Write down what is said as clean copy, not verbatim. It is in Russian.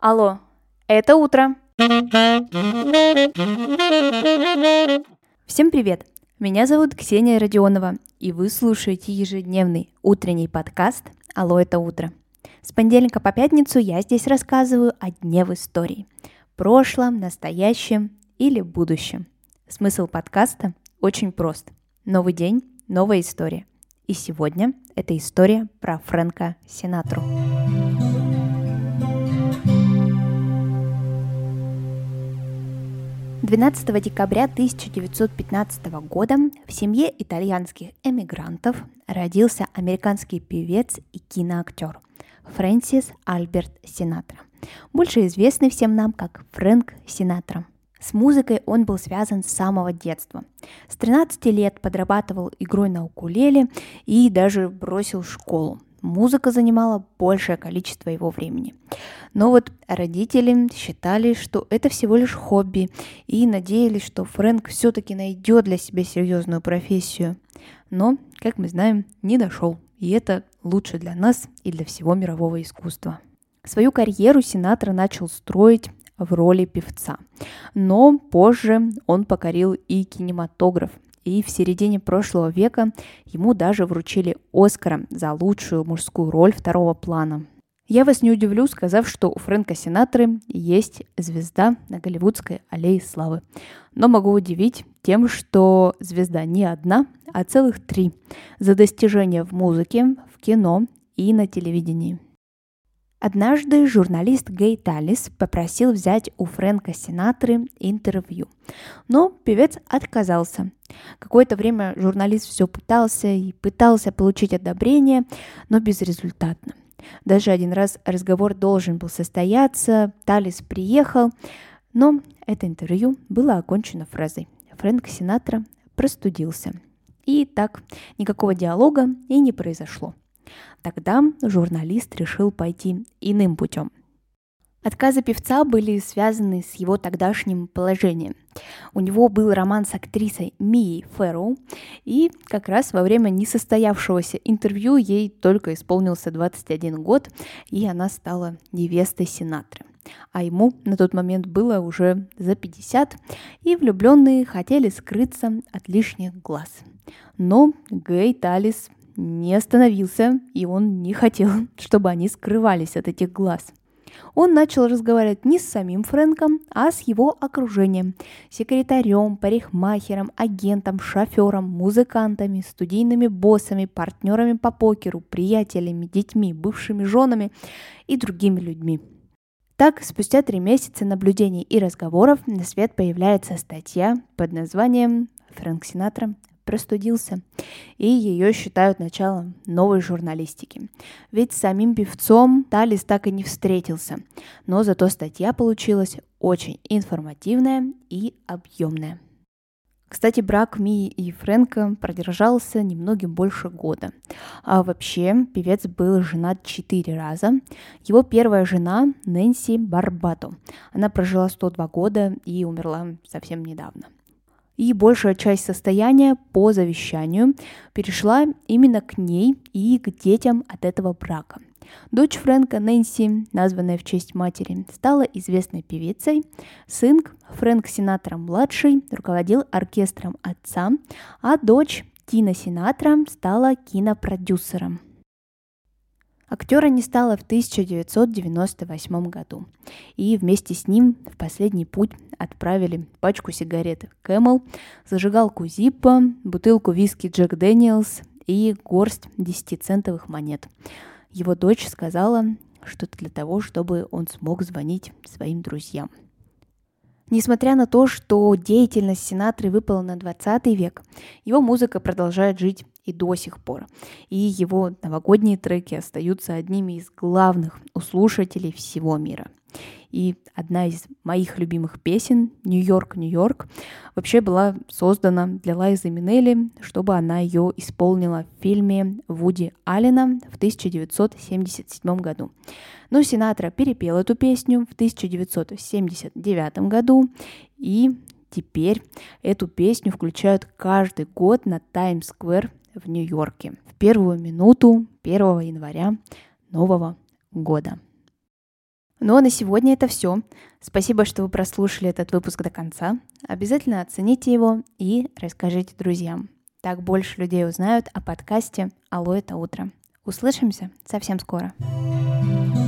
Алло, это утро. Всем привет! Меня зовут Ксения Родионова, и вы слушаете ежедневный утренний подкаст «Алло, это утро». С понедельника по пятницу я здесь рассказываю о дне в истории. Прошлом, настоящем или будущем. Смысл подкаста очень прост. Новый день, новая история. И сегодня это история про Фрэнка Синатру. 12 декабря 1915 года в семье итальянских эмигрантов родился американский певец и киноактер Фрэнсис Альберт Синатра, больше известный всем нам как Фрэнк Синатра. С музыкой он был связан с самого детства. С 13 лет подрабатывал игрой на укулеле и даже бросил школу. Музыка занимала большее количество его времени. Но вот родители считали, что это всего лишь хобби, и надеялись, что Фрэнк все-таки найдет для себя серьезную профессию. Но, как мы знаем, не нашел, и это лучше для нас и для всего мирового искусства. Свою карьеру Синатра начал строить в роли певца, но позже он покорил и кинематограф. И в середине прошлого века ему даже вручили Оскара за лучшую мужскую роль второго плана. Я вас не удивлю, сказав, что у Фрэнка Синатры есть звезда на Голливудской аллее славы. Но могу удивить тем, что звезда не одна, а целых 3 за достижения в музыке, в кино и на телевидении. Однажды журналист Гэй Талис попросил взять у Фрэнка Синатры интервью, но певец отказался. Какое-то время журналист все пытался получить одобрение, но безрезультатно. Даже один раз разговор должен был состояться, Талис приехал, но это интервью было окончено фразой «Фрэнк Синатра простудился». И так никакого диалога и не произошло. Тогда журналист решил пойти иным путем. Отказы певца были связаны с его тогдашним положением. У него был роман с актрисой Мией Фэрроу, и как раз во время несостоявшегося интервью ей только исполнился 21 год, и она стала невестой Синатры. А ему на тот момент было уже за 50, и влюбленные хотели скрыться от лишних глаз. Но Гэй Талис не остановился, и он не хотел, чтобы они скрывались от этих глаз. Он начал разговаривать не с самим Фрэнком, а с его окружением, секретарем, парикмахером, агентом, шофером, музыкантами, студийными боссами, партнерами по покеру, приятелями, детьми, бывшими женами и другими людьми. Так, спустя 3 месяца наблюдений и разговоров на свет появляется статья под названием «Фрэнк Синатра простудился», и ее считают началом новой журналистики. Ведь с самим певцом Талис так и не встретился, но зато статья получилась очень информативная и объемная. Кстати, брак Мии и Фрэнка продержался немногим больше года. А вообще, певец был женат 4 раза. Его первая жена Нэнси Барбато. Она прожила 102 года и умерла совсем недавно. И большая часть состояния по завещанию перешла именно к ней и к детям от этого брака. Дочь Фрэнка, Нэнси, названная в честь матери, стала известной певицей. Сын Фрэнк Синатра-младший руководил оркестром отца, а дочь Тина Синатра стала кинопродюсером. Актера не стало в 1998 году, и вместе с ним в последний путь отправили пачку сигарет Camel, зажигалку Zippo, бутылку виски Jack Daniels и горсть 10-центовых монет. Его дочь сказала, что это для того, чтобы он смог звонить своим друзьям. Несмотря на то, что деятельность Синатры выпала на 20 век, его музыка продолжает жить и до сих пор. И его новогодние треки остаются одними из главных у слушателей всего мира. И одна из моих любимых песен «Нью-Йорк, Нью-Йорк» вообще была создана для Лайзы Минелли, чтобы она ее исполнила в фильме Вуди Аллена в 1977 году. Но Синатра перепел эту песню в 1979 году, и теперь эту песню включают каждый год на Таймс-сквер в Нью-Йорке в первую минуту 1 января Нового года. Ну а на сегодня это все. Спасибо, что вы прослушали этот выпуск до конца. Обязательно оцените его и расскажите друзьям. Так больше людей узнают о подкасте «Алло, это утро». Услышимся совсем скоро.